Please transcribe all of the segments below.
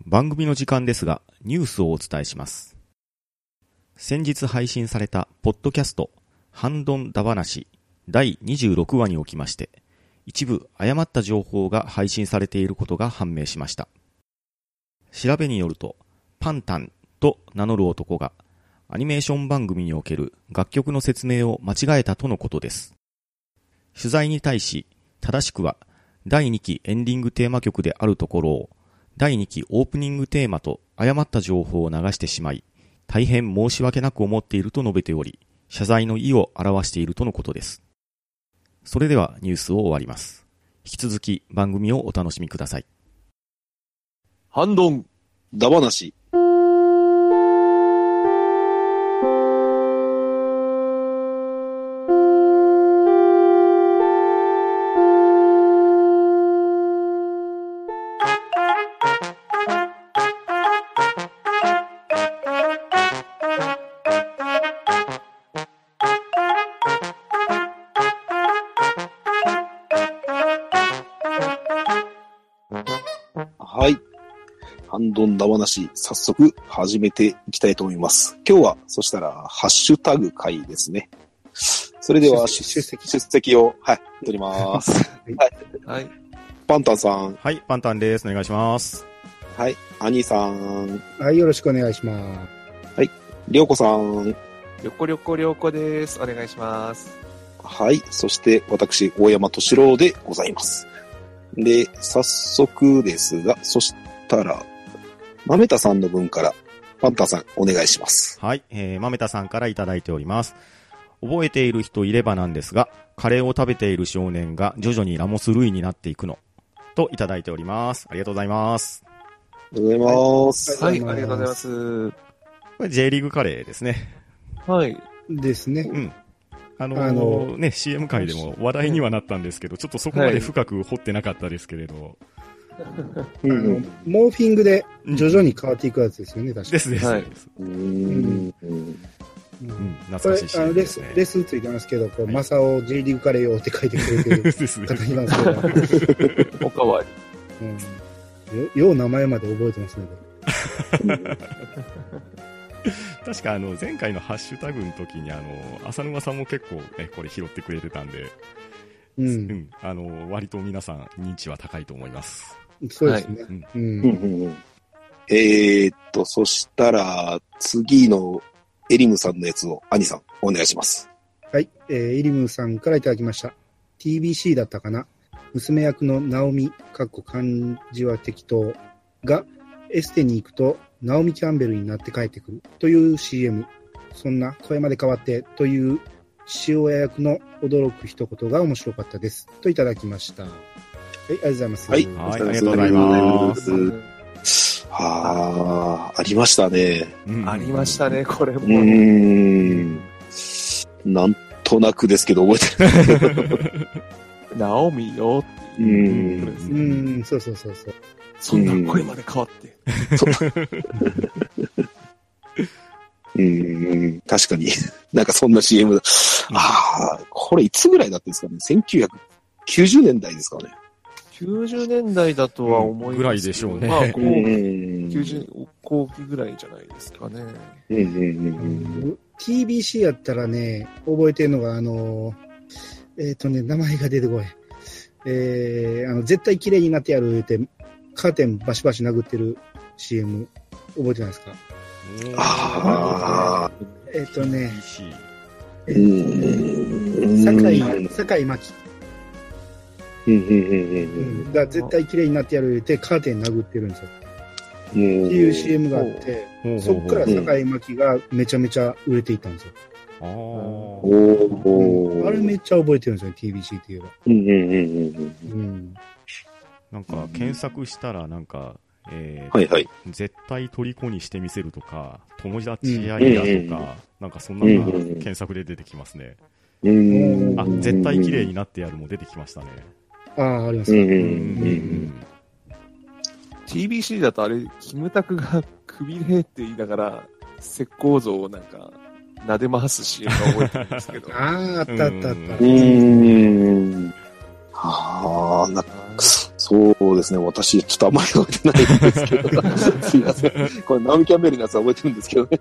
番組の時間ですが、ニュースをお伝えします。先日配信されたポッドキャストハンドンダ話第26話におきまして、一部誤った情報が配信されていることが判明しました。調べによると、パンタンと名乗る男がアニメーション番組における楽曲の説明を間違えたとのことです。取材に対し、正しくは第2期エンディングテーマ曲であるところを第2期オープニングテーマと誤った情報を流してしまい、大変申し訳なく思っていると述べており、謝罪の意を表しているとのことです。それではニュースを終わります。引き続き番組をお楽しみください。 ハンドンダ話。はい。ハンドンダ話、早速始めていきたいと思います。今日は、そしたら、ハッシュタグ会ですね。それでは、出席を、取ります。はい。パンタンさん。 はい、パンタンです。お願いします。 はい。アニさん。 はい、よろしくお願いします。 はい。りょうこさん。 りょこです。お願いします。 はい。そして、私、大山敏郎でございます。で、早速ですが、そしたら、まめたさんの分から、パンタンさん、お願いします。 はい、まめたさんからいただいております。覚えている人いればなんですが、カレーを食べている少年が徐々にラモス類になっていくの、といただいております。ありがとうございます。 ありがとうございます。 はい、ありがとうございます。 これ J リーグカレーですね。 はい。 ですね。 うん。ね、CM 界でも話題にはなったんですけど、ちょっとそこまで深く掘ってなかったですけれど。 モーフィングで徐々に変わっていくやつですよね、確かに。 ですです。はい、懐かしい CM ですね。 レッスンついてますけど、マサオ J リーグカレー用って書いてくれてる方いますけど。 おかわり。 よう名前まで覚えてますね。 確か前回のハッシュタグの時に浅沼さんも結構ね、これ拾ってくれてたんで、割と皆さん認知は高いと思います。 そうですね。 そしたら、次のエリムさんのやつを、アニさん、お願いします。 はい、エリムさんからいただきました。TBC だったかな。娘役のナオミ、漢字は適当が、エステに行くと、ナオミ・キャンベルになって帰ってくるという CM。そんな声まで変わってという父親役の驚く一言が面白かったです。といただきました。はい、ありがとうございます。 はい、 ありがとうございます。 ありましたね。 ありましたね、これも。 なんとなくですけど覚えてる。 ナオミよ。 そう。 そんな声まで変わって。 確かに。なんかそんな CM。これいつぐらいだったんですかね。1990年代ですかね。 90年代だとは思います。 ぐらいでしょうね。 まあ、90後期ぐらいじゃないですかね。 TBC やったらね、覚えてるのが、名前が出てこい。絶対綺麗になってやるって、カーテンバシバシ殴ってる CM 覚えてないですか？酒井真紀が絶対綺麗になってやる言ってカーテン殴ってるんですよ。っていう CM があって、そっから酒井真紀がめちゃめちゃ売れていったんですよ。あれめっちゃ覚えてるんですよ、TBC って言えば。 なんか検索したらなんか、絶対虜にしてみせるとか、友達やりやとか、なんかそんなのが検索で出てきますね。絶対綺麗になってやるも出てきましたね。 ありますか。 TBC だとあれ、キムタクが首でって言いながら、石膏像をなんか、撫で回す CM が覚えてるんですけど。 あった。 そうですね。私、ちょっとあんまり覚えてないんですけど。すいません。これ、ナオミ・キャンベルのやつは覚えてるんですけどね。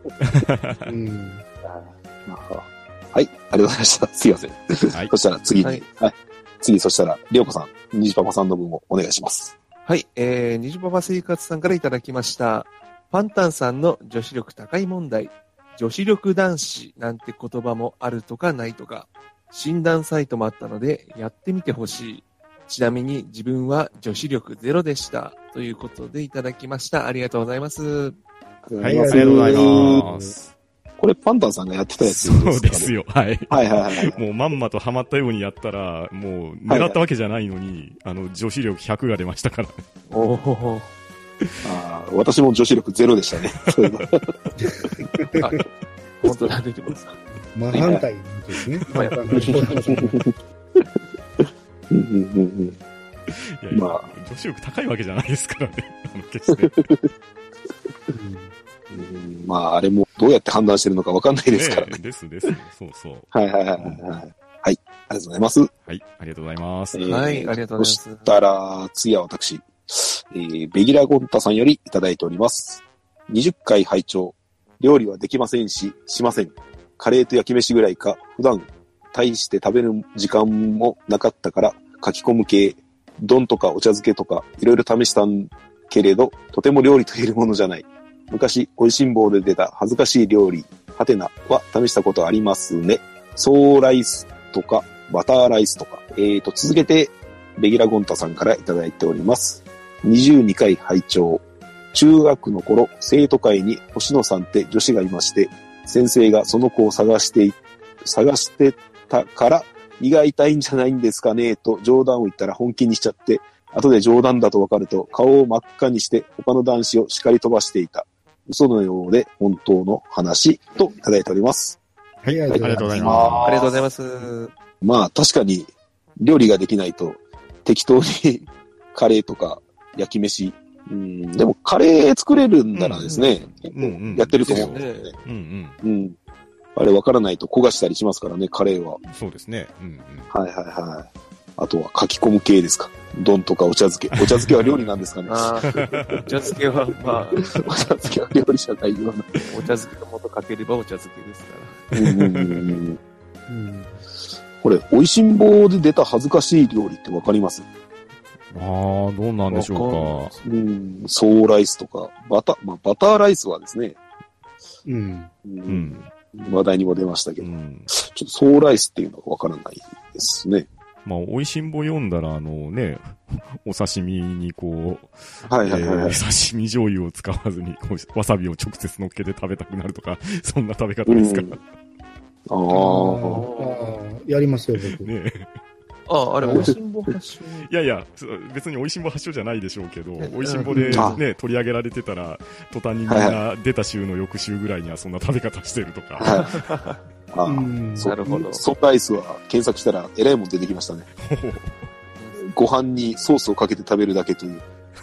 はい、ありがとうございました。すいません。はい、そしたら次に、はい。次、そしたら、りょうこさん、虹パパさんの分をお願いします。 はい、虹パパ生活さんからいただきました。パンタンさんの女子力高い問題。女子力男子なんて言葉もあるとかないとか。診断サイトもあったので、やってみてほしい。ちなみに自分は女子力ゼロでした。ということでいただきました。ありがとうございます。 はい、ありがとうございます。 これパンタンさんがやってたやつですかね。 そうですよ。はい。 はいはいはい。 もうまんまとハマったようにやったら、もう狙ったわけじゃないのに、女子力100が出ましたから。 おお。 私も女子力ゼロでしたね。そういえば。 本当だ、出てます。 真反対ですね。 いやまあ、女子力高いわけじゃないですからね。決して。 まあ、あれもどうやって判断してるのかわかんないですからね。 です。そうそう。 はい。はい、ありがとうございます。 はい、ありがとうございます。 はい、ありがとうございます。 そしたら、次は私、ベギラゴンタさんよりいただいております。20回拝聴。料理はできませんし、しません。カレーと焼き飯ぐらいか、普段、大して食べる時間もなかったから、書き込む系、丼とかお茶漬けとか、いろいろ試したんけれど、とても料理と言えるものじゃない。昔、美味しん坊で出た恥ずかしい料理、ハテナは試したことありますね。ソーライスとか、バターライスとか。続けて、ベギラゴンタさんからいただいております。22回拝聴。中学の頃、生徒会に星野さんって女子がいまして、先生がその子を探してたから、胃が痛いんじゃないんですかね、と冗談を言ったら本気にしちゃって、後で冗談だと分かると顔を真っ赤にして他の男子を叱り飛ばしていた。嘘のようで本当の話といただいております。 はい、ありがとうございます。 ありがとうございます。 まあ確かに料理ができないと適当にカレーとか焼き飯、でもカレー作れるんならですね、やってると思うんですよね。あれ分からないと焦がしたりしますからね、カレーは。 そうですね。 はい。あとは書き込む系ですか。丼とかお茶漬け。お茶漬けは料理なんですかね。 お茶漬けは、まあ。 お茶漬けは料理じゃないような。 お茶漬けの素かければお茶漬けですから。 これ、美味しん坊で出た恥ずかしい料理ってわかります？ どうなんでしょうか。 ソーライスとか、バターライスはですね。話題にも出ましたけど、ちょっとソーライスっていうのがわからないですね。 まあ、美味しんぼ読んだら、お刺身にこう、 刺身醤油を使わずにわさびを直接乗っけて食べたくなるとか、そんな食べ方ですから。 やりますよ、僕。 あれ、美味しんぼ発祥。 いや、別に美味しんぼ発祥じゃないでしょうけど、美味しんぼでね、取り上げられてたら、途端にみんな出た週の翌週ぐらいにはそんな食べ方してるとか。 なるほど。 ソーライスは検索したらえらいもん出てきましたね。ご飯にソースをかけて食べるだけという。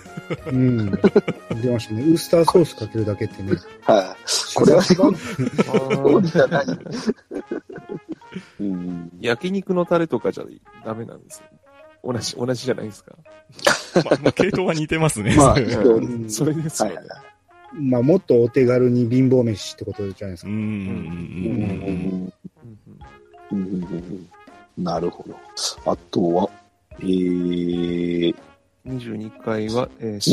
出ましたね。ウスターソースかけるだけってね。 はい。これは料理じゃない。 焼肉のタレとかじゃダメなんですよ。同じじゃないですか。 まあ、系統は似てますね。 それですよね。 まあ、もっとお手軽に貧乏飯ってことじゃないですか。 なるほど。あとは、 22回は、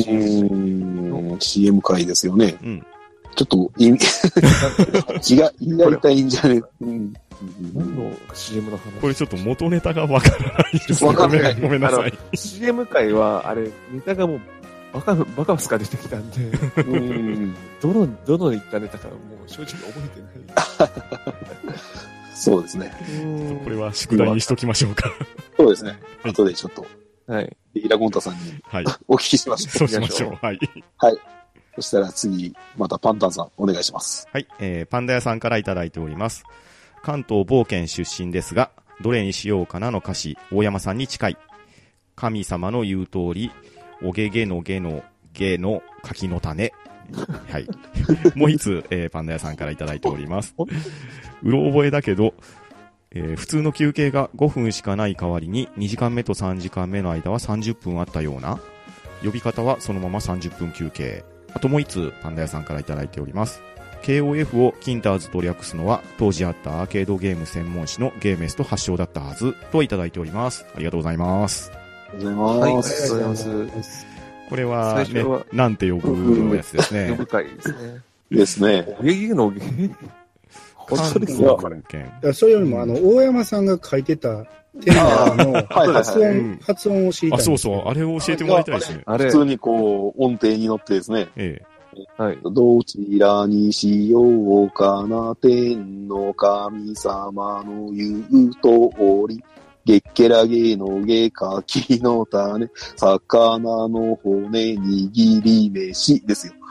CM 回ですよね。ちょっと胃が痛いんじゃね何の CM の話？ これちょっと元ネタがわからないです。 わかんない。 ごめんなさい。 CM 回は、あれ、ネタがもう、バカスカ出てきたんで、どの言ったネタかもう正直覚えてない。 そうですね。 これは宿題にしときましょうか。 そうですね。後でちょっと、イラゴンタさんにお聞きしましょう。 そうしましょう。はい。 そしたら次、またパンタンさんお願いします。 はい。パンダ屋さんからいただいております。関東某県出身ですが、どれにしようかなの歌詞、大山さんに近い。神様の言う通り、おげげのげのげの柿の種。はい。もう一つ、パンダ屋さんからいただいております。うろ覚えだけど、 普通の休憩が5分しかない代わりに2時間目と3時間目の間は30分あったような。呼び方はそのまま30分休憩。あともう一つパンダ屋さんからいただいております。KOF をキンターズと略すのは当時あったアーケードゲーム専門誌のゲーメスト発祥だったはずといただいております。ありがとうございます。 ありがとうございます。 はい、ありがとうございます。 これはね最初は、 なんて呼ぶのやつですね。 呼ぶ会ですね。 ですね。 おげげのおげ。 本当ですよ。 それよりも、大山さんが書いてたテーマの発音を知りたい。 あ、そうそう。あれを教えてもらいたいですね。 普通にこう、音程に乗ってですね。 はい。 どちらにしようかな、天の神様の言う通り。ゲッケラゲのゲカキの種、魚の骨握り飯ですよ。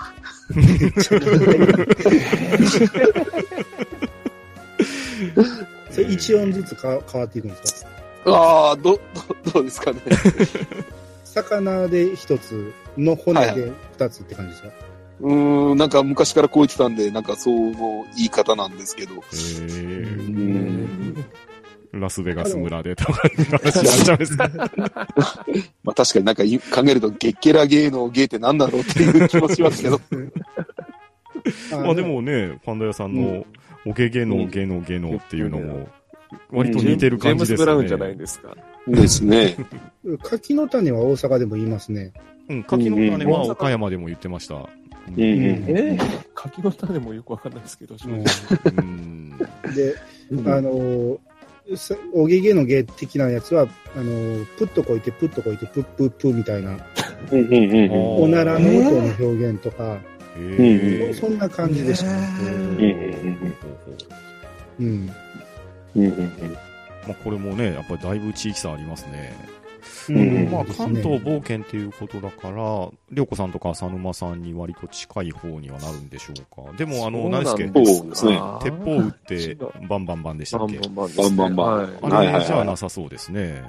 それ一音ずつ変わっていくんですか？ ああ、どうですかね。 魚で一つの骨で二つって感じですか？ なんか昔からこう言ってたんで、なんかその言い方なんですけど。 ラスベガス村でとか話になっちゃうんですか？ まあ確かになんか考えるとゲッケラゲーのゲーって何だろうっていう気もしますけど。 まあでもね、パンダ屋さんのおげげのゲのゲのっていうのも割と似てる感じですね。 ジェームス・ブラウンじゃないですか。 ですね。 柿の種は大阪でも言いますね。 柿の種は岡山でも言ってました。 柿の種もよくわかんないですけど。 で、おげげのげ的なやつは、プッとこいて、プッとこいて、プップップみたいな、おならの音の表現とか、そんな感じでしたね。 まあこれもね、やっぱりだいぶ地域差ありますね。まあ関東冒険っていうことだから、りょうこさんとか浅沼さんに割と近い方にはなるんでしょうか。でも何ですっけ、鉄砲撃ってバンバンバンでしたっけ？ バンバンバン。 あれじゃなさそうですね。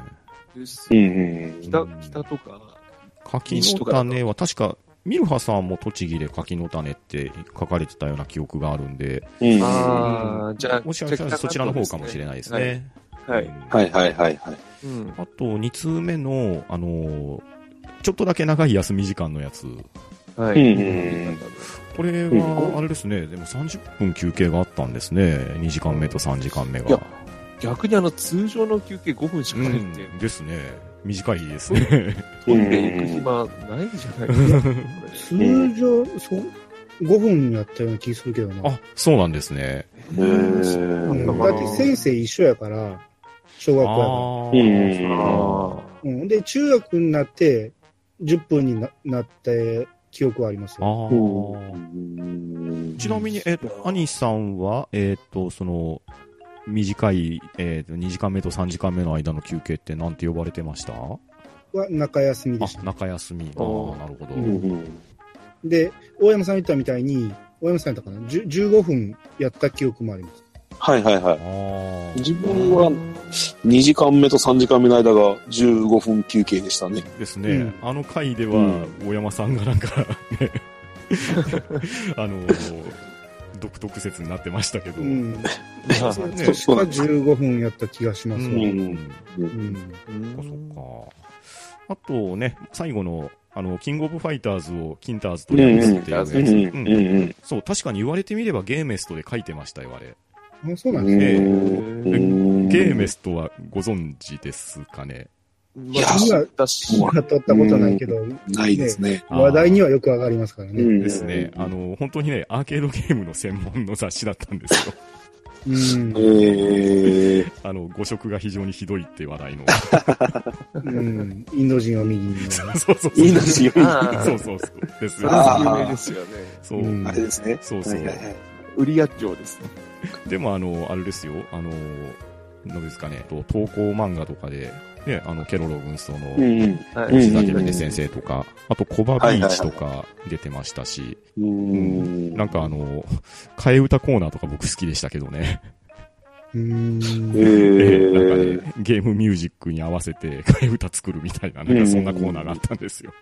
北とか。 柿の種は確か、ミルハさんも栃木で柿の種って書かれてたような記憶があるんで、 じゃあ、 もしかしたらそちらの方かもしれないですね。 はい。 あと、2通目の、ちょっとだけ長い休み時間のやつ。 はい。 これは、あれですね、でも30分休憩があったんですね。2時間目と3時間目が。 逆に通常の休憩5分しかないんで。 ですね。短いですね。 トイレ行く暇ないんじゃないですか。 通常、5分やったような気するけどな。 あ、そうなんですね。 だって先生一緒やから、小学校やから。で、中学になって10分になって記憶はありますよ。 ちなみに、兄さんは、その、短い、2時間目と3時間目の間の休憩って何て呼ばれてました？ は中休みでした。 中休み。なるほど。 で、大山さん言ったみたいに、大山さん言ったかな、15分やった記憶もあります。 自分は2時間目と3時間目の間が15分休憩でしたね。 ですね。あの回では、大山さんがなんかね、独特説になってましたけど。 確か15分やった気がしますわ。 そっか。あとね、最後の、キングオブファイターズをキンターズと略すっていうやつ。そう、確かに言われてみればゲーメストで書いてましたよ、あれ。 そうなんですね。 ゲーメストはご存知ですかね？ いや、私は取ったことないけど、 ないですね。 話題にはよく上がりますからね。 ですね。本当にね、アーケードゲームの専門の雑誌だったんですよ。誤植が非常にひどいって話題の。 インド人を右に。 そう。 インド人を右に。 そう。ですよ。 有名ですよね。 そう。 あれですね。 そう。 売り屋町ですね。 でもあれですよ。どうですかね。投稿漫画とかで、ね、ケロロ軍曹の吉崎秀先生とか、あとコバビーチとか出てましたし、なんか替え歌コーナーとか僕好きでしたけどね。なんかね、ゲームミュージックに合わせて替え歌作るみたいな、なんかそんなコーナーがあったんですよ。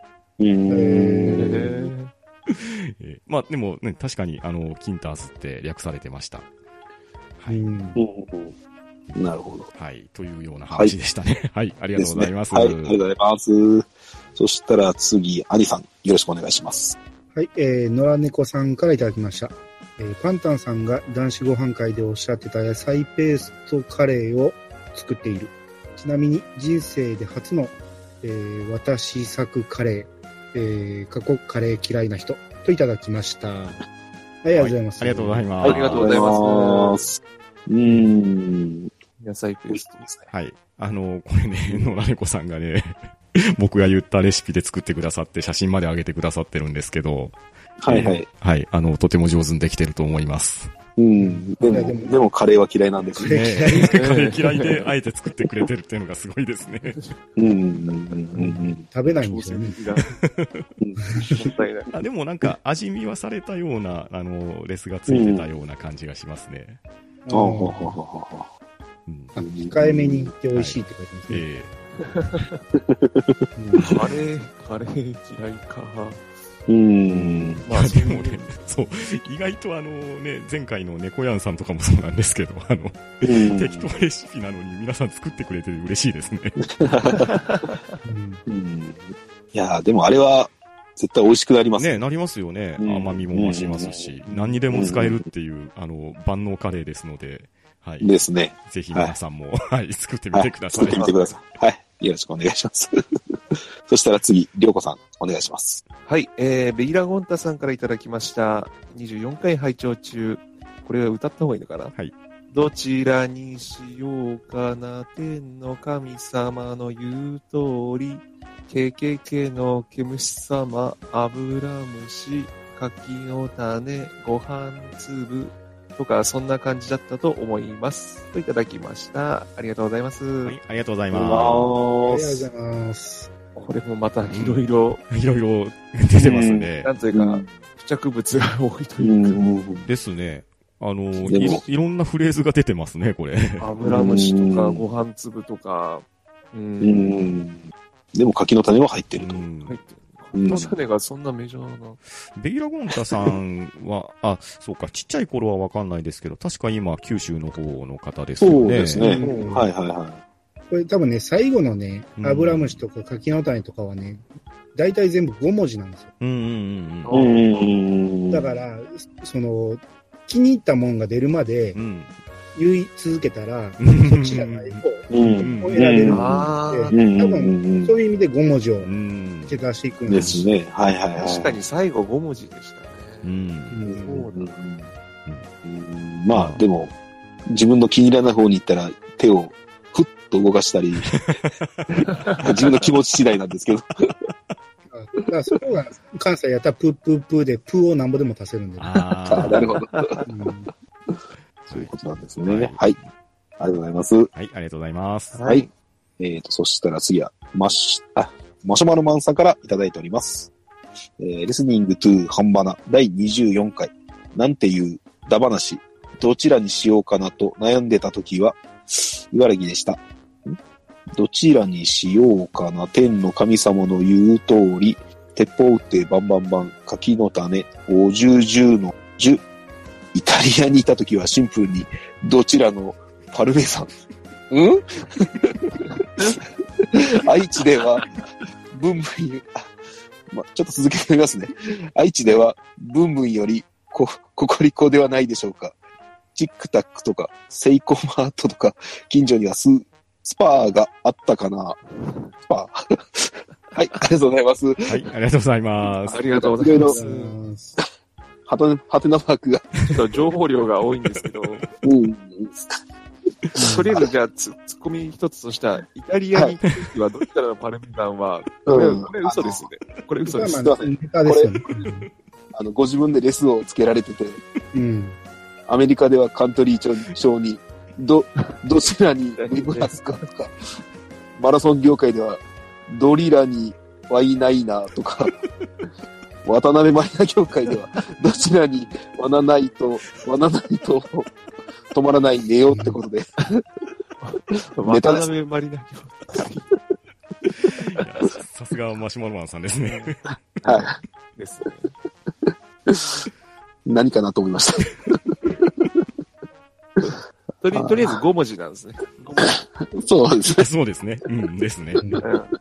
まあでもね、確かにキンターズって略されてました。はい。 なるほど。 はい。というような話でしたね。はい。ありがとうございます。 はい、ありがとうございます。そしたら次、アニさん、よろしくお願いします。 はい、野良猫さんからいただきました。パンタンさんが男子ご飯会でおっしゃってた野菜ペーストカレーを作っている。ちなみに人生で初の、私作カレー、過去カレー嫌いな人といただきました。はい、ありがとうございます。 ありがとうございます。 ありがとうございます。野菜ペーストですね。 はい。これね、野良猫さんがね、僕が言ったレシピで作ってくださって写真まで上げてくださってるんですけど、 はいはい。 はい。とても上手にできてると思います。 でもカレーは嫌いなんですね。 カレー嫌いであえて作ってくれてるっていうのがすごいですね。 食べないんですよね。 もったいない。 でもなんか味見はされたような、レスがついてたような感じがしますね。 控えめに言って美味しいって書いてますね。 カレー嫌いか。 まあでもね、そう、意外と前回の猫やんさんとかもそうなんですけど、適当レシピなのに皆さん作ってくれて嬉しいですね。 いやでもあれは絶対美味しくなりますね。なりますよね。甘みも増しますし、何にでも使えるっていう、万能カレーですので、はい。 ですね。 ぜひ皆さんも、はい、作ってみてください。 作ってみてください。はい。よろしくお願いします。そしたら次、りょうこさん、お願いします。 はい、ベイラゴンタさんからいただきました。24回拝聴中。これは歌った方がいいのかな？ はい。 どちらにしようかな、天の神様の言う通り。KKK の毛虫様、アブラムシ、柿の種、ご飯粒、とか、そんな感じだったと思います。といただきました。ありがとうございます。 はい、ありがとうございます。 ありがとうございます。 これもまたいろいろ出てますね。 なんというか、付着物が多いというか。 ですね。いろんなフレーズが出てますね、これ。 アブラムシとか、ご飯粒とか。 でも柿の種は入ってると。 入ってる。柿の種がそんなメジャーな。 ベイラゴンタさんは、そうか、ちっちゃい頃はわかんないですけど、確か今、九州の方の方ですよね。 そうですね。はいはいはい。 これ多分ね、最後のね、アブラムシとか柿の種とかはね、大体全部5文字なんですよ。だから、気に入ったもんが出るまで、言い続けたら、そっちじゃない方を選べるので、多分、そういう意味で5文字を付け出していくんですね。はいはいはい。 確かに最後5文字でしたね。そうだ。 まあ、でも、自分の気に入らない方に行ったら、手をふっと動かしたり、自分の気持ち次第なんですけど。 だからそこが関西やったらプープープーでプーをなんぼでも足せるんで。 なるほど。そういうことなんですね。はい。ありがとうございます。 はい、ありがとうございます。 はい。そしたら次は、マシュマロマンさんからいただいております。リスニングトゥハンバナ第24回。なんていうだ話。どちらにしようかなと悩んでた時は、茨城でした。どちらにしようかな、天の神様の言う通り、鉄砲撃ってバンバンバン、柿の種、50の10。イタリアにいたときはシンプルに、どちらのパルメザン愛知では、ブンブンちょっと続けてみますね。愛知では、ブンブンよりココリコではないでしょうか。チックタックとか、セイコマートとか、近所にはスパーがあったかな。スパーはい、ありがとうございます。はい、 ありがとうございます。 ありがとうございます。 はてなマークが。 ちょっと情報量が多いんですけど。とりあえずじゃあ、ツッコミ一つとした、イタリアに行った時はどちらのパルメザンは、これ嘘ですね。これ嘘です。 これ、ご自分でレスをつけられてて、アメリカではカントリー調に、どちらにいますかとか、マラソン業界では、ドリラにはいないなとか、渡辺マリナ業界では、どちらに罠ないと止まらない寝よってことで。 渡辺マリナ業界。さすがマシュマロマンさんですね。 はい。 ですね。 何かなと思いました。 とりあえず5文字なんですね。5文字。 そうですね。 そうですね。うんですね。 うん。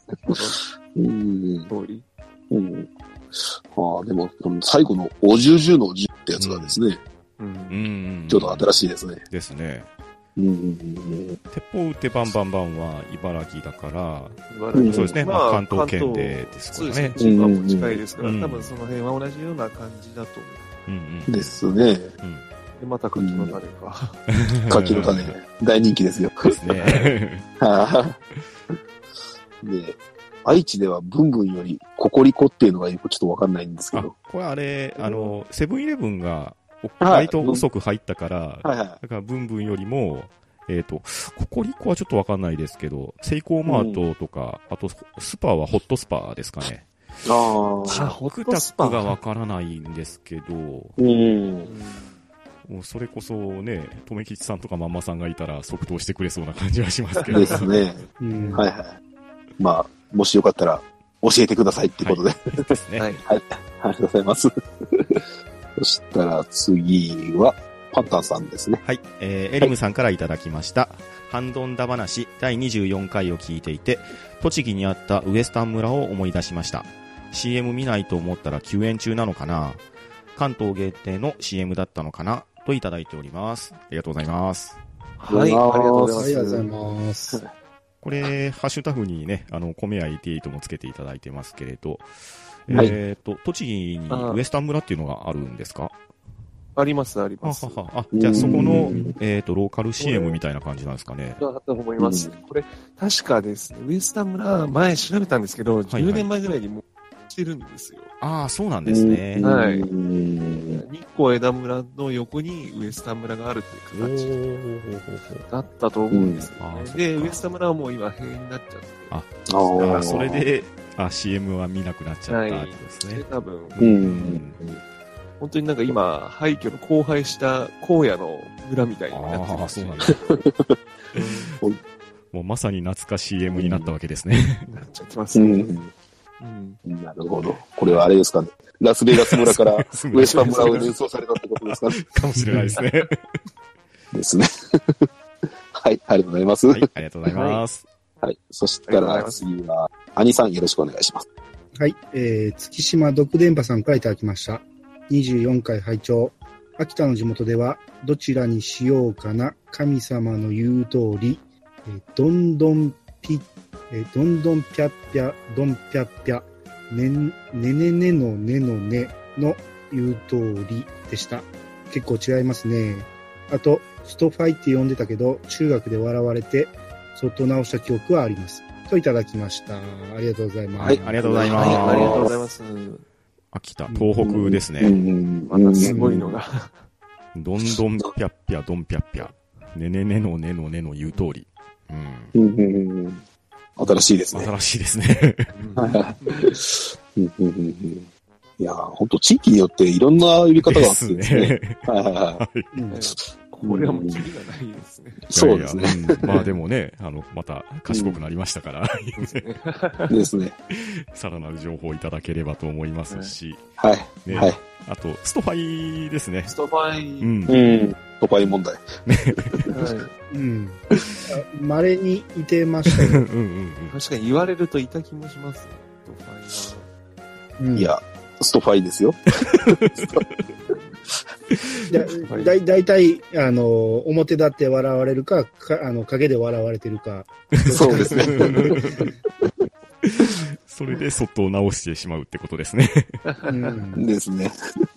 通り。 うん。ああ、でも、最後のおじゅじゅのじってやつがですね、 うん。 ちょっと新しいですね。 ですね。 うん。 鉄砲撃ってバンバンバンは茨城だから、 うんそうですね。まあ関東圏でですそうからね。 ですね。千葉も近いですから、 うん多分その辺は同じような感じだと思う。 うんですね。 で、また柿の種か。 柿の種、大人気ですよ。 ですね。 で、愛知ではブンブンよりココリコっていうのがよくちょっとわかんないんですけあ、 ど。 これあれ、セブンイレブンがはい割と遅く入ったから、 はいはい。 だからブンブンよりも、ココリコはちょっとわかんないですけど、セイコーマートとか、あとスパはホットスパですかね。 ああ。 ホットスパがわからないんですけど、もうそれこそね、とめきちさんとかママさんがいたら即答してくれそうな感じはしますけど。 ですね。はいはい。まあ、もしよかったら教えてくださいってことで。 ですね。 はい。 はい。ありがとうございます。そしたら次は、パンタンさんですね。 はい。エリムさんからいただきました。ハンドンダ話第24回を聞いていて、栃木にあったウエスタン村を思い出しました。CM 見ないと思ったら休園中なのかな？関東限定の CM だったのかなといただいております。ありがとうございます。 はい、ありがとうございます。 ありがとうございます。 これ、ハッシュタグにね、米屋88もつけていただいてますけれど、 はい、 栃木にウエスタン村っていうのがあるんですか？ あります、あります。 じゃあそこの、ローカル CM みたいな感じなんですかね。 だと思います。これ、確かですね、ウエスタン村、前調べたんですけど、10年前ぐらいにもうしてるんですよ。 ああ、そうなんですね。 はい。日光枝村の横にウエスタン村があるっていう形だったと思うんですよね。で、ウエスタン村はもう今閉園になっちゃって。 それで、CM は見なくなっちゃったってことですね。 多分、本当になんか今、廃墟の荒廃した荒野の村みたいになってます。そうなんだ。 もうまさに懐かしい CM になったわけですね。 なっちゃってますね。 なるほど。これはあれですかね。ラスベガス村からウエスタン村を連想されたってことですかね。 かもしれないですね。 ですね。はい、ありがとうございます。 はい、ありがとうございます。 はい、そしたら次は、兄さんよろしくお願いします。 はい、月島独電波さんからいただきました。24回拝聴。秋田の地元では、どちらにしようかな、神様の言う通り、どんどんぴゃっぴゃ、どんぴゃっぴゃ、ねねねのねのねの言う通りでした。結構違いますね。あと、ストファイって呼んでたけど、中学で笑われて、そっと直した記憶はあります。といただきました。ありがとうございます。 はい、ありがとうございます。 ありがとうございます。 秋田、東北ですね。 またすごいのが。 どんどんぴゃっぴゃ、どんぴゃっぴゃ。ねねねのねのねの言う通り。 新しいですね。 新しいですね。 いやー、ほんと地域によっていろんな呼び方があってですね。 これはもうキリがないですね。 そうですね。 まあでもね、また賢くなりましたから。 ですね。 さらなる情報をいただければと思いますし。 はい。はい。 あと、ストファイですね。 ストファイ。 ストファイ問題。 稀にいてましたよ。 確かに言われるといた気もしますね。ストファイは。いや、ストファイですよ。 だいたい、表立って笑われるか、陰で笑われてるか。 そうですね。 それでそっと直してしまうってことですね。 ですね。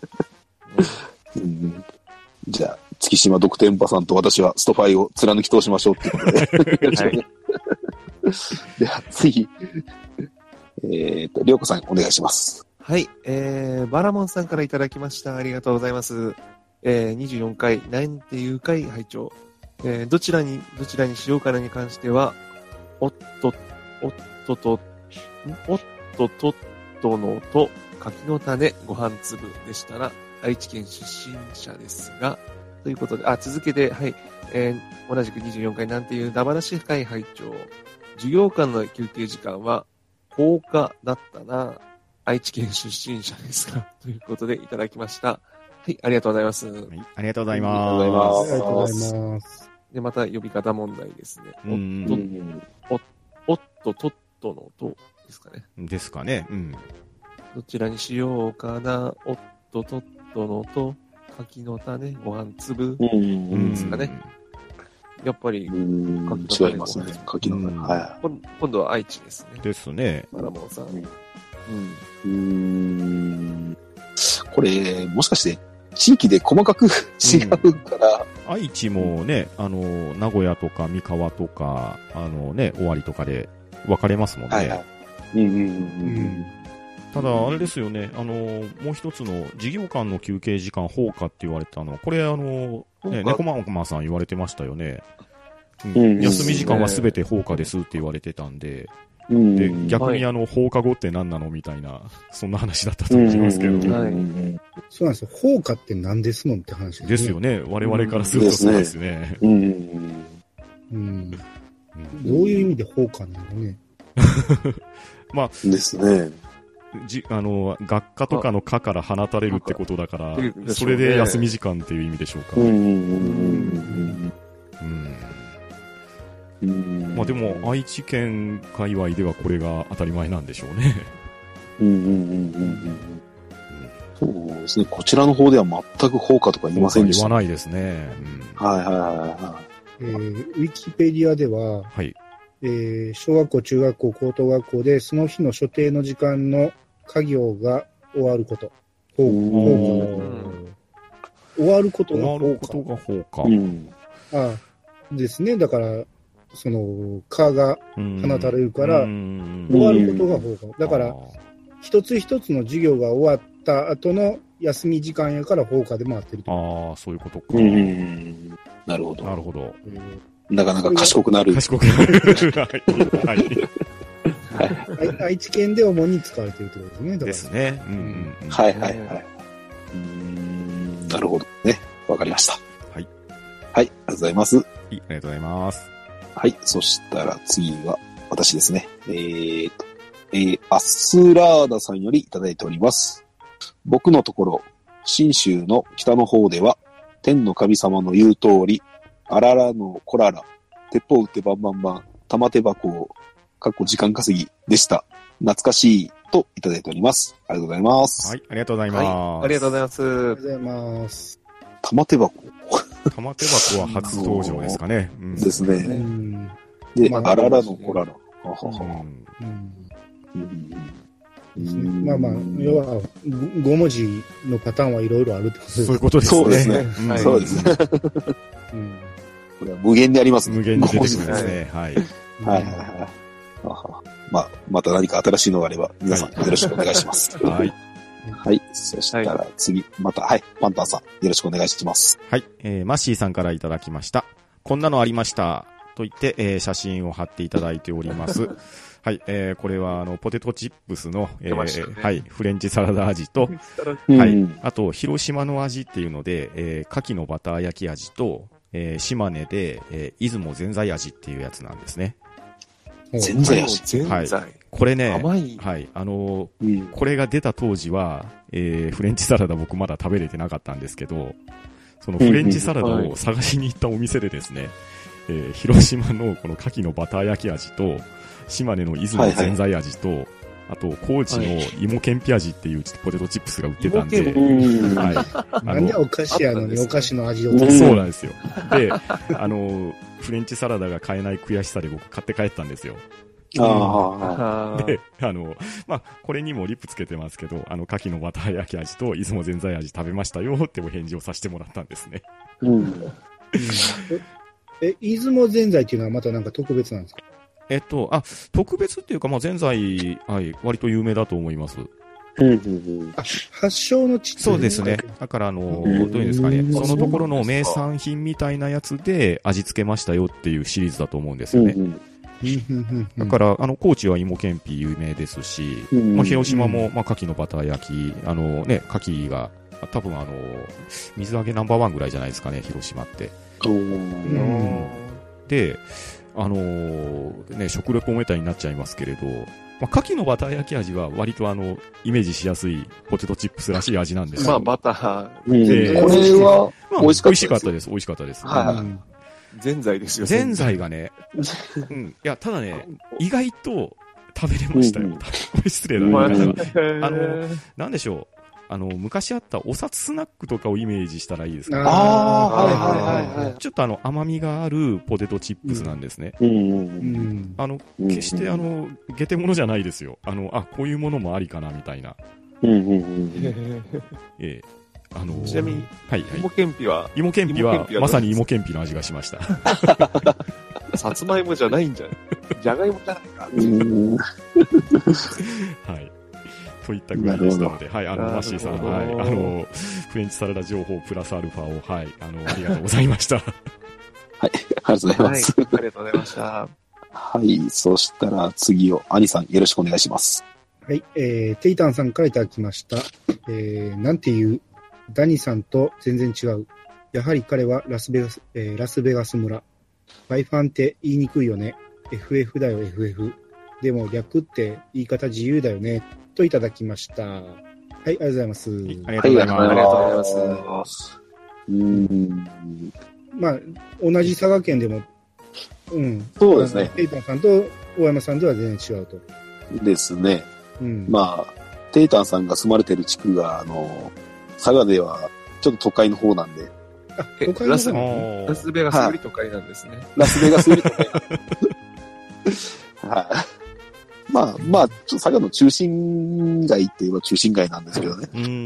じゃあ、月島独天パさんと私はストファイを貫き通しましょうってことで。はい、では次、りょうこさんお願いします。 はい、バラモンさんからいただきました。ありがとうございます。24回、なんていう回拝聴。どちらにしようかなに関しては、おっとのと、柿の種、ご飯粒でしたら、愛知県出身者ですが、ということで、続けて、はい、同じく24回、なんていうダバなし会拝聴。授業間の休憩時間は、放課だったな。愛知県出身者ですが、ということでいただきました。はい、ありがとうございます。はい、 ありがとうございます。 ありがとうございます。 で、また呼び方問題ですね。 うんおっと、とっとのとですかね。 ですかね。うん。 どちらにしようかな。おっと、とっとのと、柿の種、ご飯粒ですかね。やっぱり、 違いますね。柿の種。はい。 今度は愛知ですね。 ですね。 マラモンさん。 これ、もしかして、地域で細かく違うから、 愛知もね、名古屋とか三河とか、尾張とかで分かれますもんね。 はいはい。 ただ、あれですよね、もう一つの事業間の休憩時間放課って言われたの、これ猫ママさん言われてましたよね。休み時間はすべて放課ですって言われてたんで、で逆に放課後って何なのみたいな、そんな話だったと思いますけど。 そうなんですよ。放課って何ですのって話ですよね。我々からするとそうですね。 どういう意味で放課なのね。 まあ、ですね。 学科とかの科から放たれるってことだから、それで休み時間っていう意味でしょうか。まあでも、愛知県界隈ではこれが当たり前なんでしょうね。 そうですね。こちらの方では全く放課とか言いませんでした。 言わないですね。 ウィキペディアでは、小学校、中学校、高等学校でその日の所定の時間の家業が終わること。終わることが放課。ですね。だから、科が放たれるから、終わることが放課。だから、一つ一つの授業が終わった後の休み時間やから放課で回ってると。 ああ、そういうことか。 なるほど。 なるほど。 なかなか賢くなる。 愛知県で主に使われているということですね。 ですね。 はい。なるほどね。わかりました。 はい。 ありがとうございます。 ありがとうございます。 はい。そしたら次は私ですね。アスラーダさんよりいただいております。僕のところ、信州の北の方では、天の神様の言う通り、あららのこらら、鉄砲撃ってバンバンバン、玉手箱を、時間稼ぎでした。懐かしいといただいております。ありがとうございます。 はい、ありがとうございます。 ありがとうございます。 ありがとうございます。 玉手箱玉手箱は初登場ですかね。 ですね。で、あららのこらら。 まあまあ、要は、5文字のパターンはいろいろあるってことですね。 そういうことですね。 そうですね。そうですね。これは無限にありますね。 無限に出てくるんですね。はい。 まあ、また何か新しいのがあれば、皆さんよろしくお願いします。 はい。 はい。そしたら次、また、パンタンさん、よろしくお願いします。 はい。マッシーさんからいただきました。こんなのありました。と言って、写真を貼っていただいております。はい。これは、ポテトチップスの、はい。フレンチサラダ味と、はい。あと、広島の味っていうので、牡蠣のバター焼き味と、島根で、出雲ぜんざい味っていうやつなんですね。 ぜんざい味。 はい。これね、 甘い。 はい。これが出た当時は、フレンチサラダ僕まだ食べれてなかったんですけど、そのフレンチサラダを探しに行ったお店でですね、広島のこの牡蠣のバター焼き味と、島根の出雲ぜんざい味と、あと、高知の芋けんぴ味っていうポテトチップスが売ってたんで、 はい。なんでお菓子やのにお菓子の味をそうなんですよ。で、フレンチサラダが買えない悔しさで僕買って帰ったんですよ。で、まあ、これにもリップつけてますけど、牡蠣のバター焼き味と出雲ぜんざい味食べましたよってお返事をさせてもらったんですね。 出雲ぜんざいっていうのはまたなんか特別なんですか？ 特別っていうか、まあ、ぜんざい、はい、割と有名だと思います。 発祥の地そうですね。だから、どういうんですかね、そのところの名産品みたいなやつで味付けましたよっていうシリーズだと思うんですよね。だから、高知は芋けんぴ有名ですし、まあ、広島も、まあ、牡蠣のバター焼き、ね、牡蠣が、多分水揚げナンバー1ぐらいじゃないですかね、広島って。で、ね、食レポメーターになっちゃいますけれど、まあ、牡蠣のバター焼き味は割とイメージしやすいポテトチップスらしい味なんですよ。 まあ、バター。 これは、美味しかったです。 美味しかったです。 ぜんざいですよ。 ぜんざいがね、うん。いや、ただね、意外と食べれましたよ。これ失礼な言い方が。なんでしょう。昔あったお札スナックとかをイメージしたらいいですかね。 はいはい。 ちょっと甘みがあるポテトチップスなんですね。決してゲテモノじゃないですよ。こういうものもありかなみたいな。 ちなみに、 はいはい。 芋けんぴはまさに芋けんぴの味がしました。 さつまいもじゃないんじゃないじゃがいもじゃないか。 はい。といったぐらいでしたので、はい、マッシーさん、はい、フレンチサラダ情報プラスアルファを、はい、ありがとうございました。はい、 ありがとうございます。 ありがとうございました。 はい、そしたら次を、兄さんよろしくお願いします。 はい、テイタンさんからいただきました。なんていうダニさんと全然違う。やはり彼はラスベガス村。ファイファンって言いにくいよね。FF だよ、FF。でも略って言い方自由だよね。といただきました。はい、ありがとうございます。 ありがとうございます。 ありがとうございます。 まあ、同じ佐賀県でも、 そうですね。 テイタンさんと大山さんでは全然違うと。 ですね。まあ、テイタンさんが住まれてる地区が、佐賀ではちょっと都会の方なんで。 都会の方ラスベガスより都会なんですね。 ラスベガスより都会なんです。はい。まあ、佐賀の中心街って言えば中心街なんですけどね。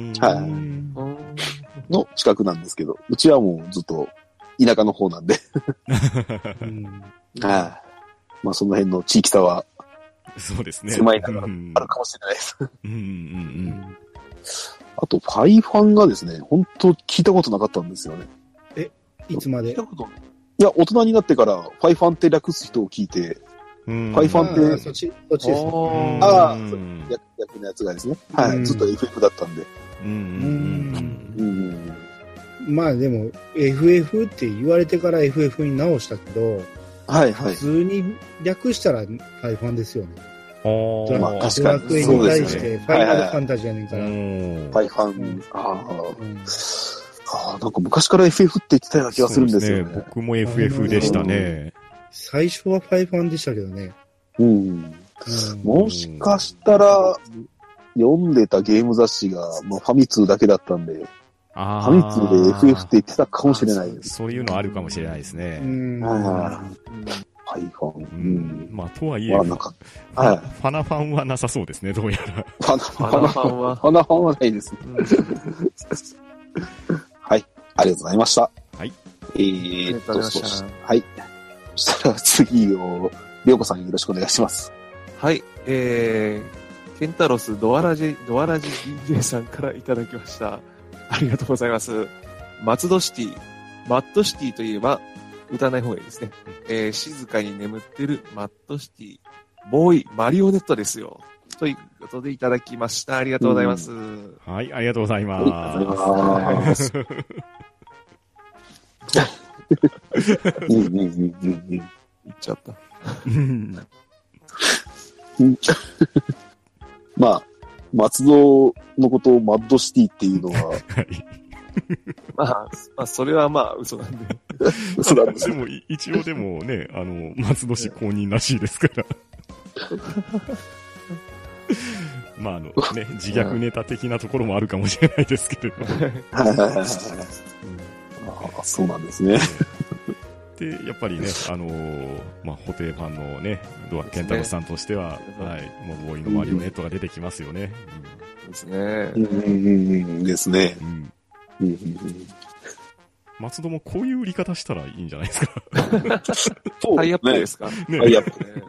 の近くなんですけど、うちはもうずっと田舎の方なんで。まあ、その辺の地域差は、 そうですね。 狭いながらあるかもしれないです。あと、ファイファンがですね、本当聞いたことなかったんですよね。 いつまで？ いや、大人になってから、ファイファンって略す人を聞いて、ファイファンって、 そっちですね。 逆のやつがですね。はい。ずっと FF だったんで。 まあでも、FF って言われてから FF に直したけど、普通に略したらファイファンですよね。ドラクエに対してファイナルファンタジーやねんから。 ファイファン。なんか昔から FF って言ってたような気がするんですよね。 僕も FF でしたね。 最初はファイファンでしたけどね。 もしかしたら、読んでたゲーム雑誌が、ファミ通だけだったんで、ファミ通で FF って言ってたかもしれないです。 そういうのあるかもしれないですね。 ファイファン。 まあ、とはいえ、ファナファンはなさそうですね、どうやら。 ファナファンはないです。はい。ありがとうございました。 はい。 はい。そしたら次を、りょうこさんよろしくお願いします。 はい。ケンタロスドアラジ DJ さんからいただきました。ありがとうございます。松戸シティ。マッドシティといえば、歌わない方がいいですね。静かに眠ってるマッドシティ。ボーイ、マリオネットですよ。ということでいただきました。ありがとうございます。 はい、ありがとうございます。 言っちゃった。 まあ、松戸のことをマッドシティっていうのは、 まあ、それはまあ、嘘なんで。 嘘なんです。でも、一応でもね、松戸市公認らしいですから。まあ自虐ネタ的なところもあるかもしれないですけれども。 そうなんですね。 で、やっぱりね、まあ、布袋ファンのね、ケンタロスさんとしては、はい、もうボーイのマリオネットが出てきますよね。 ですね。 ですね。 松戸もこういう売り方したらいいんじゃないですか。 タイアップですか？ タイアップね。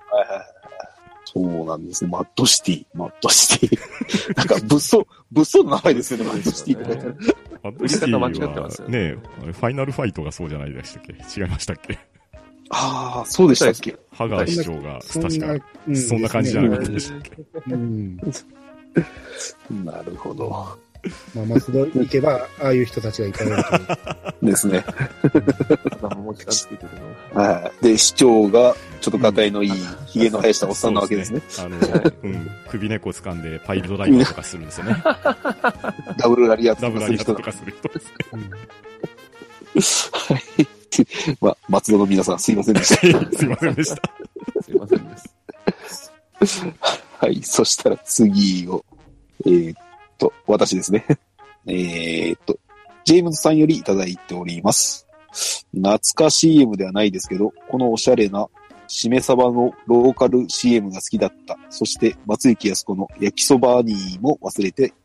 そうなんですね。マッドシティ。なんか物騒な名前ですよね、マッドシティって書いてある。 マッドシティはね、ファイナルファイトがそうじゃないでしたっけ？違いましたっけ？ ああ、そうでしたっけ？ ハガー市長が、確か、そんな感じじゃなかったでしたっけ？ なるほど。 まあ、松戸行けば、ああいう人たちがいっぱいいると。ですね。 もう近づけてるの。はい。で、市長が、ちょっとガタイのいい、髭の生やしたおっさんなわけですね。 首根っこ掴んでパイルドライバーとかするんですよね。 ダブルラリアットとかする人ですね。 はい。 まあ、松戸の皆さんすいませんでした。 すいませんでした。 すいませんです。 はい。そしたら次を、私ですね。ジェームズさんよりいただいております。懐か CM ではないですけど、このおしゃれなしめ鯖のローカル CM が好きだった。そして松雪泰子の焼きそばにも忘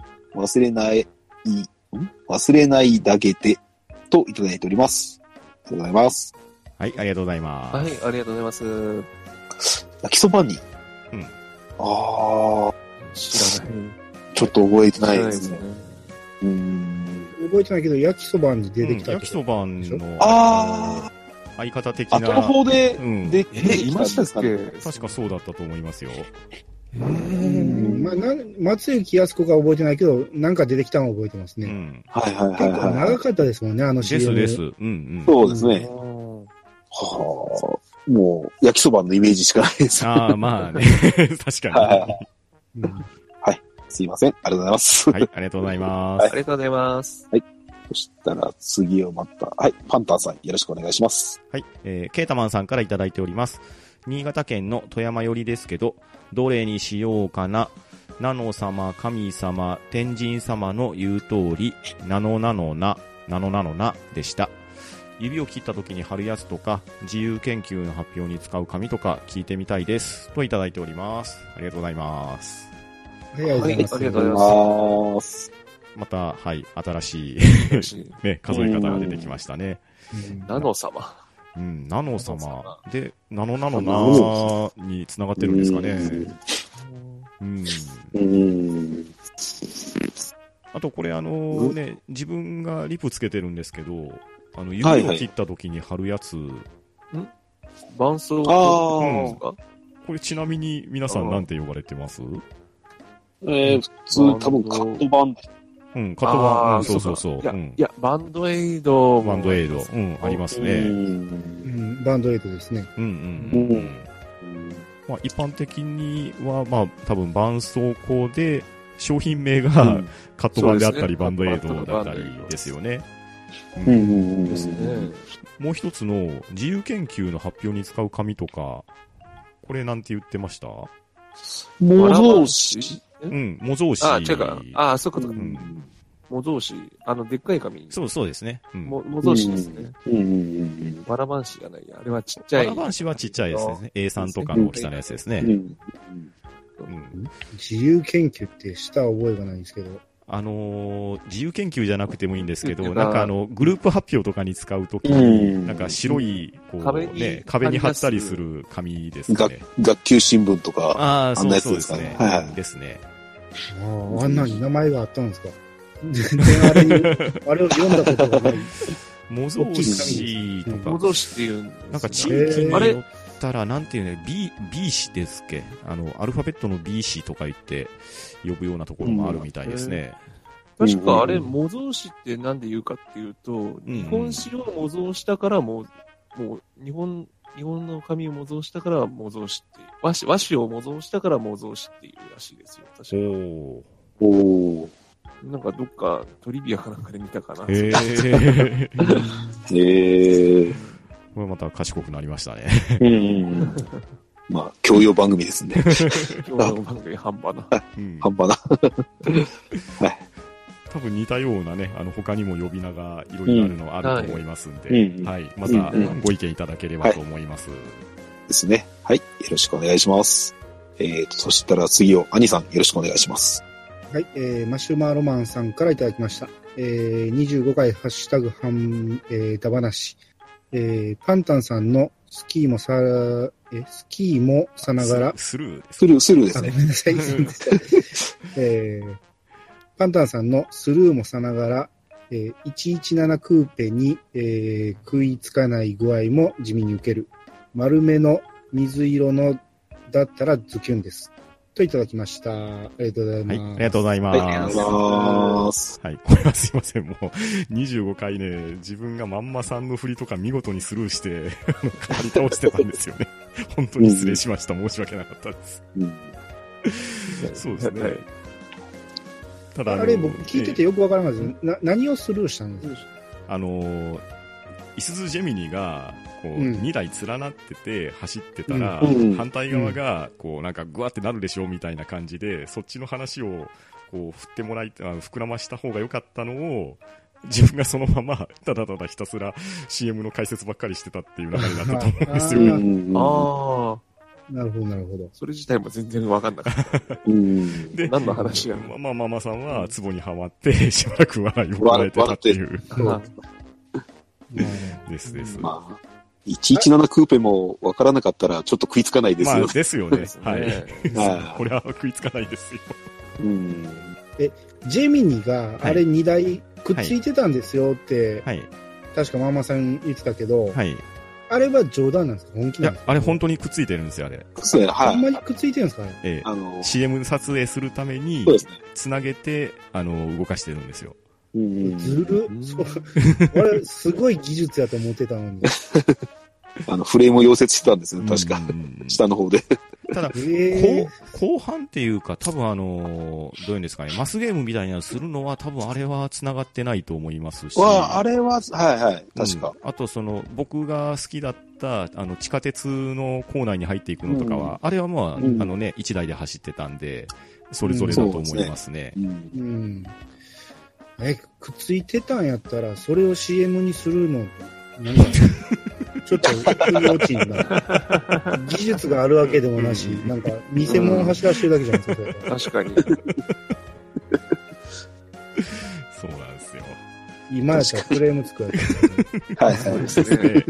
れないだけでといただいております。ありがとうございます。 はい、ありがとうございます。 はい、ありがとうございます。 焼きそばに、 うんああ、 知らない。 ちょっと覚えてないでね知らないですすね。。 覚えてないけど、焼きそばに出てきた焼きそばのあ相方的あ、 な。 後の方でうん出てきたんいましたっですかね。 け？ 確かそうだったと思いますよ。 まあ、松雪泰子が覚えてないけど、なんか出てきたのは覚えてますね。 うん。 はいはいはい結構はい。 長かったですもんね、あので CM。 すです。うんうん。 そうですね。 うんはあ、もう、焼きそばのイメージしかないです。 ああ、まあね。確かはいはいはい。 うんすいません。ありがとうございます。 に。はい、ありがとうございます。 ありがとうございます。 そしたら次をまた、はい、パンタンさんよろしくお願いします。 はい、ケータマンさんからいただいております。新潟県の富山寄りですけど、どれにしようかな。ナノ様、神様、天神様の言う通り、ナノナノナ、ナノナノナでした。指を切った時に貼るやつとか、自由研究の発表に使う紙とか聞いてみたいです。といただいております。ありがとうございます。 ありがとうございます。 はいありがとうございますます。 また、はい、新しいよしね、数え方が出てきましたね。 うんナノ様。 うん、ナノ様ナノ。 で、ナノナノナノナに繋がってるんですかね。うん。あとこれね、自分がリプつけてるんですけど、指を切った時に貼るやつ、 伴奏あですか？ これちなみに皆さんなんて呼ばれてます？ 普通多分カット版。 うん、カット版、 あーうん、そうそうそう。 いや、 うんいや、バンドエイドも。 バンドエイド、うん、ありますね。 うんバンドエイドですね。 うんうんうん。まあ一般的には、まあ多分絆創膏で、商品名がカット版であったり、 そうですねバンドエイドだったりですよね。 ですね。 もう一つの自由研究の発表に使う紙とか、これなんて言ってました？ 模造紙。 うん、模造紙。 あ、違うか。あ、そうかそうか。 うん模造紙。でっかい紙。 そうですね。うん。 模造紙ですね。バラバン紙がないや。あれはちっちゃい。 バラバン紙はちっちゃいですね。A3 とかの大きさのやつですね。うん自由研究ってした覚えがないんですけど。 自由研究じゃなくてもいいんですけど、 うんなんかグループ発表とかに使うときに、なんか白い、こう壁ね、 に壁に貼ったりする紙ですかね。 学級新聞とか、 ああ、 あんそうなやつですかそうですねね。。はいうんですね。 あんなに名前があったんですか。全然あれを読んだことがない。 模造紙とか、 模造紙っていうなんか地域によったら、なんていうね、B 紙ですっけ？アルファベットの B 紙とか言って呼ぶようなところもあるみたいですね。 確かあれ、模造紙ってなんで言うかっていうと、日本紙を模造したからもう日本の紙を模造したから模造紙って和紙を模造したから模造紙っていうらしいですよ。確か。 おー。 なんかどっかトリビアかなんかで見たかな。 へえ。これまた賢くなりましたね。 まあ、教養番組ですね。 今日の番組半端な。 半端な。 多分似たようなね、他にも呼び名がいろいろあるのあると思いますんで、はい。またご意見いただければと思います。 ですね。はい。よろしくお願いします。そしたら次を、兄さんよろしくお願いします。 はい、マシュマロマンさんからいただきました。25回ハッシュタグだ話。パンタンさんのスキーもさながら。 スルーですね。 ごめんなさい。パンタンさんのスルーもさながら、117クーペに、食いつかない具合も地味に受ける。丸めの水色のだったらズキュンです。といただきました。ありがとうございます。 はい、ありがとうございます。 ありがとうございます。 はい、これはすいません。もう、25回ね、自分がまんまさんの振りとか見事にスルーして、張り倒してたんですよね。本当に失礼しました。申し訳なかったです。そうですね。ただあれ僕聞いててよくわからないです。何をスルーしたんですか？ イスズジェミニが、こう、 うん 2台連なってて走ってたら、 うん反対側が、こう、なんかグワってなるでしょみたいな感じで、そっちの話を、こう、振ってもらい、膨らました方が良かったのを、自分がそのまま、ただただひたすら CM の解説ばっかりしてたっていう流れになったと思うんですよ。 うんああ、 なるほど、なるほど。 それ自体も全然わかんなかった。 うん。 で、 何の話やまあ、ママさんは、ツボにはまって、しばらく笑いをこらえてたっていう、 あですです。 まあ、117クーペもわからなかったらちょっと食いつかないですまあ、 よね。 ですよね。 ですねはい。 はいこれは食いつかないですよ。 うん。 ジェミニがあれ2台くっついてたんですよって、 はい。 確かママさん言ってたけど、 はい。 あれは冗談なんですか本気いやなんです、かあれ本当にくっついてるんですよ、あれ。 そうですね、 あんまはい。 りくっついてるんですかねええ。CM 撮影するためにそう、ですね。 つなげて、動かしてるんですよ。 うん。 ずるうんそう。俺、すごい技術やと思ってたのに。 フレームを溶接してたんですよ、確か。 うん下の方で。 ただ、 え後半っていうか、多分どういうんですかね、マスゲームみたいなのするのは、多分あれは繋がってないと思いますし。 あれは、はいはい、確か。 あと、僕が好きだった、地下鉄の構内に入っていくのとかは、あれはまあ、 うん 1台で走ってたんで、それぞれだと思いますね。 うん。 うん。くっついてたんやったら、それを CM にするの、なんか、ちょっと、腑に落ちんな。技術があるわけでもなし、なんか、偽物を走らせてるだけじゃないですか、それ。 確かに。 そうなんですよ。 今やったらフレーム作られてる。 はいはい。 ですね。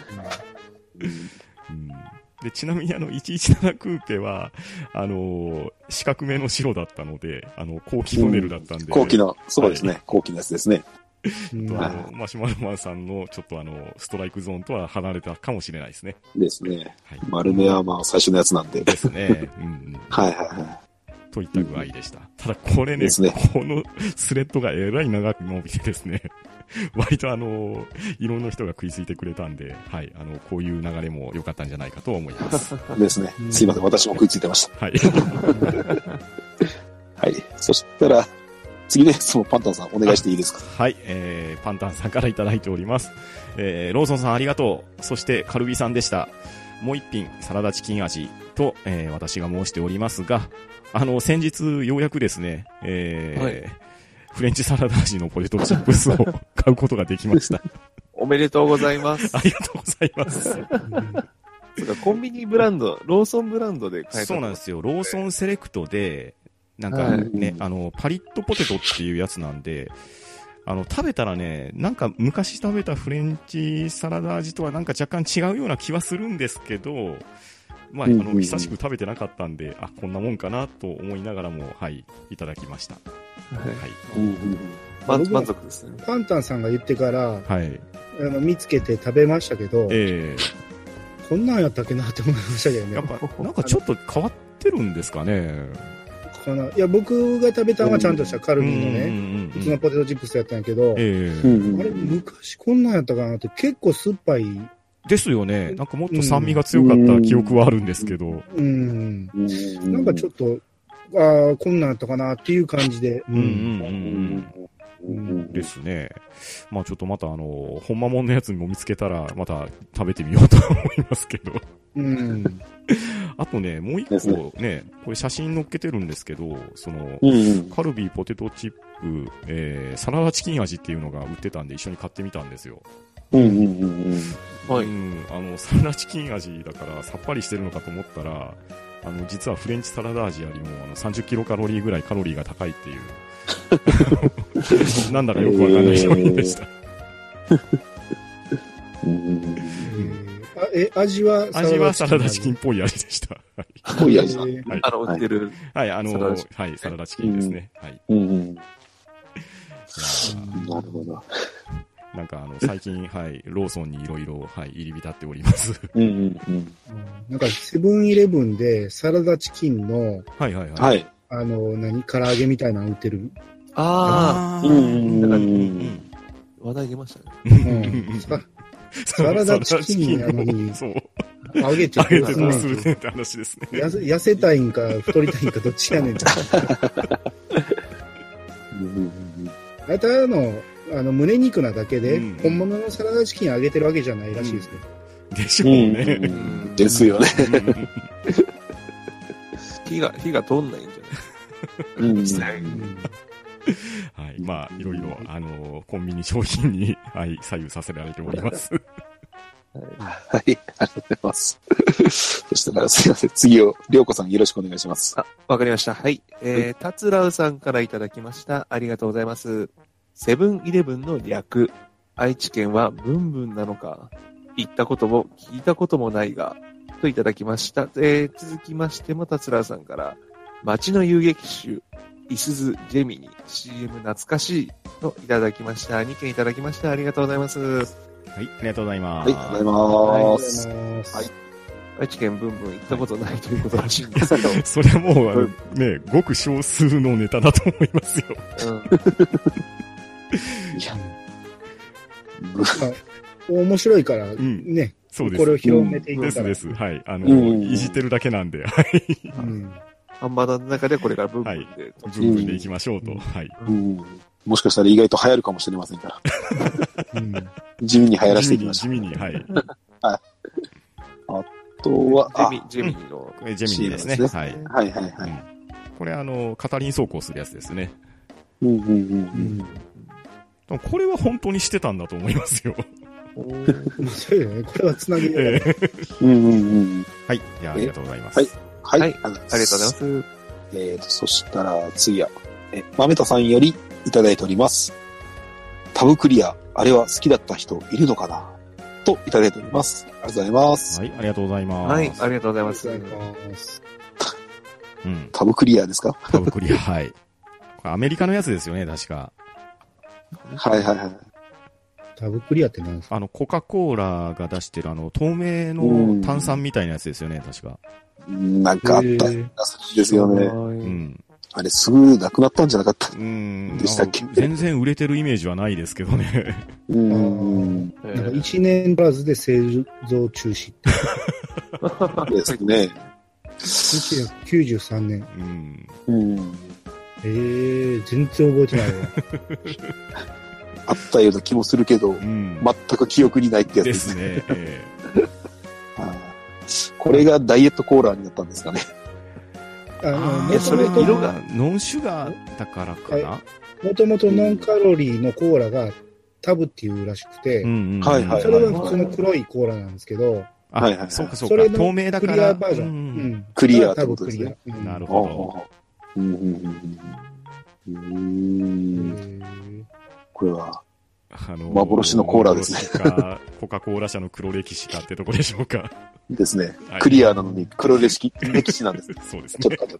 うんで、ちなみに117クーペは、四角めの白だったので、後期モデルだったんで。 後期の、そうですね、後期のやつですね。 うんマシュマロマンさんのちょっとストライクゾーンとは離れたかもしれないですね。 ですね。 はい。 丸目はまあ最初のやつなんで。 ですね。うんうん。 はいはいはといった具合でした。ただこれね、 ですねこのスレッドがえらい長く伸びてですね、割といろんな人が食いついてくれたんで、はい、こういう流れも良かったんじゃないかと思います。 い。ですね。すいません、私も食いついてました。 はい。 はい。そしたら、次のやつもパンタンさんお願いしていいですか。 はい、パンタンさんからいただいております。ローソンさんありがとう。そしてカルビさんでした。もう一品、サラダチキン味と、私が申しておりますが、先日ようやくですね、 はいフレンチサラダ味のポテトチップスを買うことができました。 おめでとうございます。 ありがとうございます。 そうかコンビニブランド、ローソンブランドで買えた。 そうなんですよ。ローソンセレクトで、なんかはいね、パリッとポテトっていうやつなんで、食べたらね、なんか昔食べたフレンチサラダ味とはなんか若干違うような気はするんですけど、まあ、久しく食べてなかったんで、あ、こんなもんかなと思いながらも、はい、いただきました。はい。 満足ですね。 パンタンさんが言ってから、 はい。 見つけて食べましたけど、 えこんなんやったっけなって思いましたけどね。 やっぱ、なんかちょっと変わってるんですかね。 いや、僕が食べたのはちゃんとしたカルビのうんね、 うん普通のポテトチップスやったんやけど、 ええあれ、昔こんなんやったかなって結構酸っぱい。 ですよね。なんかもっと酸味が強かった記憶はあるんですけど。 うん。なんかちょっと、ああ、こんなんやったかなっていう感じで。 うんうんうん。ですね。まあちょっとまたほんまもんのやつにも見つけたら、また食べてみようと思いますけど。 うん。 あとね、もう一個ね、これ写真載っけてるんですけど、カルビーポテトチップ、サラダチキン味っていうのが売ってたんで一緒に買ってみたんですよ。 はい。 サラダチキン味だからさっぱりしてるのかと思ったら、実はフレンチサラダ味よりも30キロカロリーぐらいカロリーが高いっていう。なんだかよくわかんない商品でした。 味はサラダチキンっぽい味でした。 ぽい味。 売ってる。 はい、サラダチキンですね。はい。 なるほど。 なんか最近、はい、ローソンにいろいろ、はい、入り浸っております。 なんか、セブンイレブンでサラダチキンの、 はいはいはい。 はい。 唐揚げみたいなの売ってる。 ああ、話題出ましたね。 サラダチキンなのに、 そう。 揚げてどうするねって話ですね。 痩せたいんか太りたいんかどっちやねんって。あと胸肉なだけで、 うん本物のサラダチキンあげてるわけじゃないらしいですよ。 でしょうね。 うんですよね。 火が通んないんじゃないうん実際はい。まあ、いろいろ、コンビニ商品に、はい、左右させられております。 はい、ありがとうございます。そしたら、すいません。次を、りょうこさんよろしくお願いします。 あ、わかりました。はい。タツラウさんからいただきました。ありがとうございます。セブンイレブンの略。愛知県はブンブンなのか。行ったことも聞いたこともないが、といただきました。続きましてもタツラウさんから、街の遊撃手、いすずジェミニ、CM 懐かしい、といただきました。2件いただきました。ありがとうございます。 はい、ありがとうございます。 はい、ありがとうございます。 はい。 愛知県ブンブン行ったことないということらしいんですけど。 それはもう、ね、ごく少数のネタだと思いますよ。 いや、 面白いから、 んね、 そうです。 これを広めていくから。 ですです。はい。 んいじってるだけなんで、はい。 うんハンバーガーの中でこれからブンブンで。 ブンブンでいきましょうと。はい。 うんもしかしたら意外と流行るかもしれませんから。 うん地味に流行らせていきましょう。 地味に、はい。 あとは、 ジェミニの。 これジェミニですね。 CM ですはい。 はいはいはい。 これカタリン走行するやつですね。 うんうんうんでもこれは本当にしてたんだと思いますよ。 そうよね。これはつなぎで。 うんうんうん。 はい。いや、ありがとうございます。 はい。はい。 はい。ありがとうございます。 そしたら次は、豆田さんよりいただいております。タブクリア、あれは好きだった人いるのかなといただいております。ありがとうございます。 はい、ありがとうございます。 はい。ありがとうございます。 うん。 タブクリアですか？ タブクリア、はい。これアメリカのやつですよね、確か。 はいはいはい。 タブクリアって何ですか？ コカ・コーラが出してる透明の炭酸みたいなやつですよね、確か。 なんかあった気がするんですよね。 うん。 あれすぐなくなったんじゃなかったでしたっけ？ 全然売れてるイメージはないですけどね。 なんか1年足らずで製造中止って。 ですね。 1993年。 うん。 全然覚えてないわ。 あったような気もするけど、 全く記憶にないってやつでですすね。 これがダイエットコーラになったんですかね。 それ色がノンシュガーだからかな。 もともとノンカロリーのコーラがタブっていうらしくて、 はいはい。 それは普通の黒いコーラなんですけど、 はいはい。そうかそうか。 それの透明だかクリアら。 バージョン。 クリアってタブクことですね。 リア。 なるほど。 これは、幻のコーラですね。 コカ・コーラ社の黒歴史かってとこでしょうか。 ですね。クリアなのに黒歴史なんです。 そうですね。 ちょっと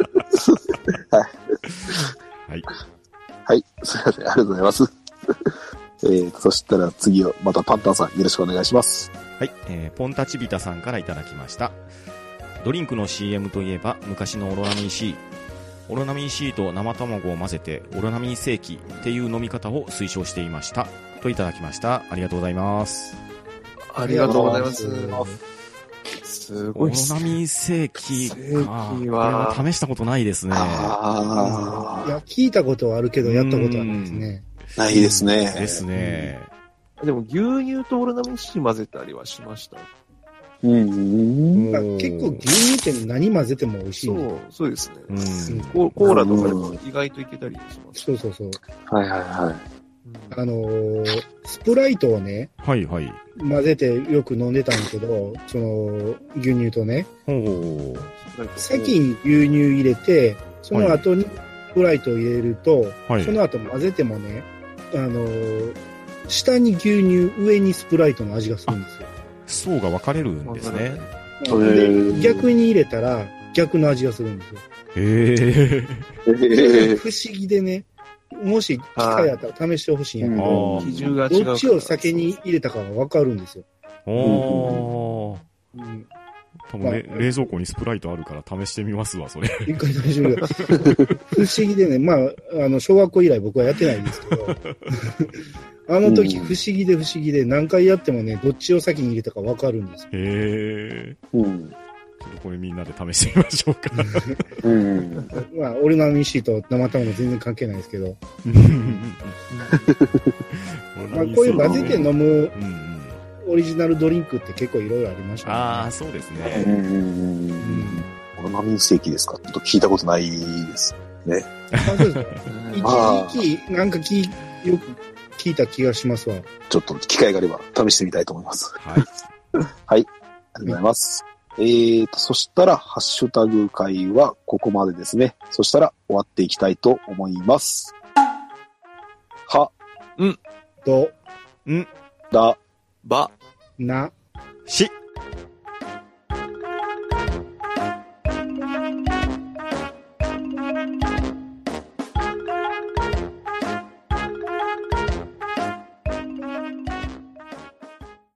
はい。はい。すみません。ありがとうございます。そしたら次をまたパンタンさんよろしくお願いします。 はい。ポンタチビタさんからいただきました。ドリンクの CM といえば昔のオロナミン C。オロナミン C と生卵を混ぜてオロナミンセーキっていう飲み方を推奨していました。といただきました。ありがとうございます。 ありがとうございます。すごい。 オロナミンセーキか。 これは試したことないですね。 いや、聞いたことはあるけど、やったことはないですね。 ないですね。 ですね。 でも牛乳とオロナミン C 混ぜたりはしました。 結構牛乳って何混ぜても美味しい。 そうですね。コーラとかでも意外といけたりします。 そうそうそう。 はいはいはい。 スプライトをね、 はいはい。 混ぜてよく飲んでたんだけど、牛乳とね、先に牛乳入れて、その後にスプライトを入れると、その後混ぜてもね、下に牛乳、上にスプライトの味がするんですよ。 層が分かれるんですね。 で、逆に入れたら逆の味がするんですよ。不思議でね、もし機会あったら試してほしいんやけど、 比重が違う。 どっちを先に入れたかが分かるんですよ。 多分冷蔵庫にスプライトあるから試してみますわ、それ。 一回試してみる。不思議でね、まあ、小学校以来僕はやってないんですけど、あの時不思議で何回やってもね、どっちを先に入れたか分かるんですよ。 ちょっとこれみんなで試してみましょうか。 まあ、オルナミン C と生卵全然関係ないですけど。まあ、こういう混ぜて飲むオリジナルドリンクって結構いろいろありましたね。 ああ、そうですね。 オルナミンステーキですか？ちょっと聞いたことないですね。 あ、そうですか。一時期、なんかよく聞いた気がしますわ。 ちょっと機会があれば試してみたいと思います。 はい。 はい。ありがとうございます。そしたら、ハッシュタグ会はここまでですね。そしたら終わっていきたいと思います。は、 ど、 だ、 ば、 な、 し、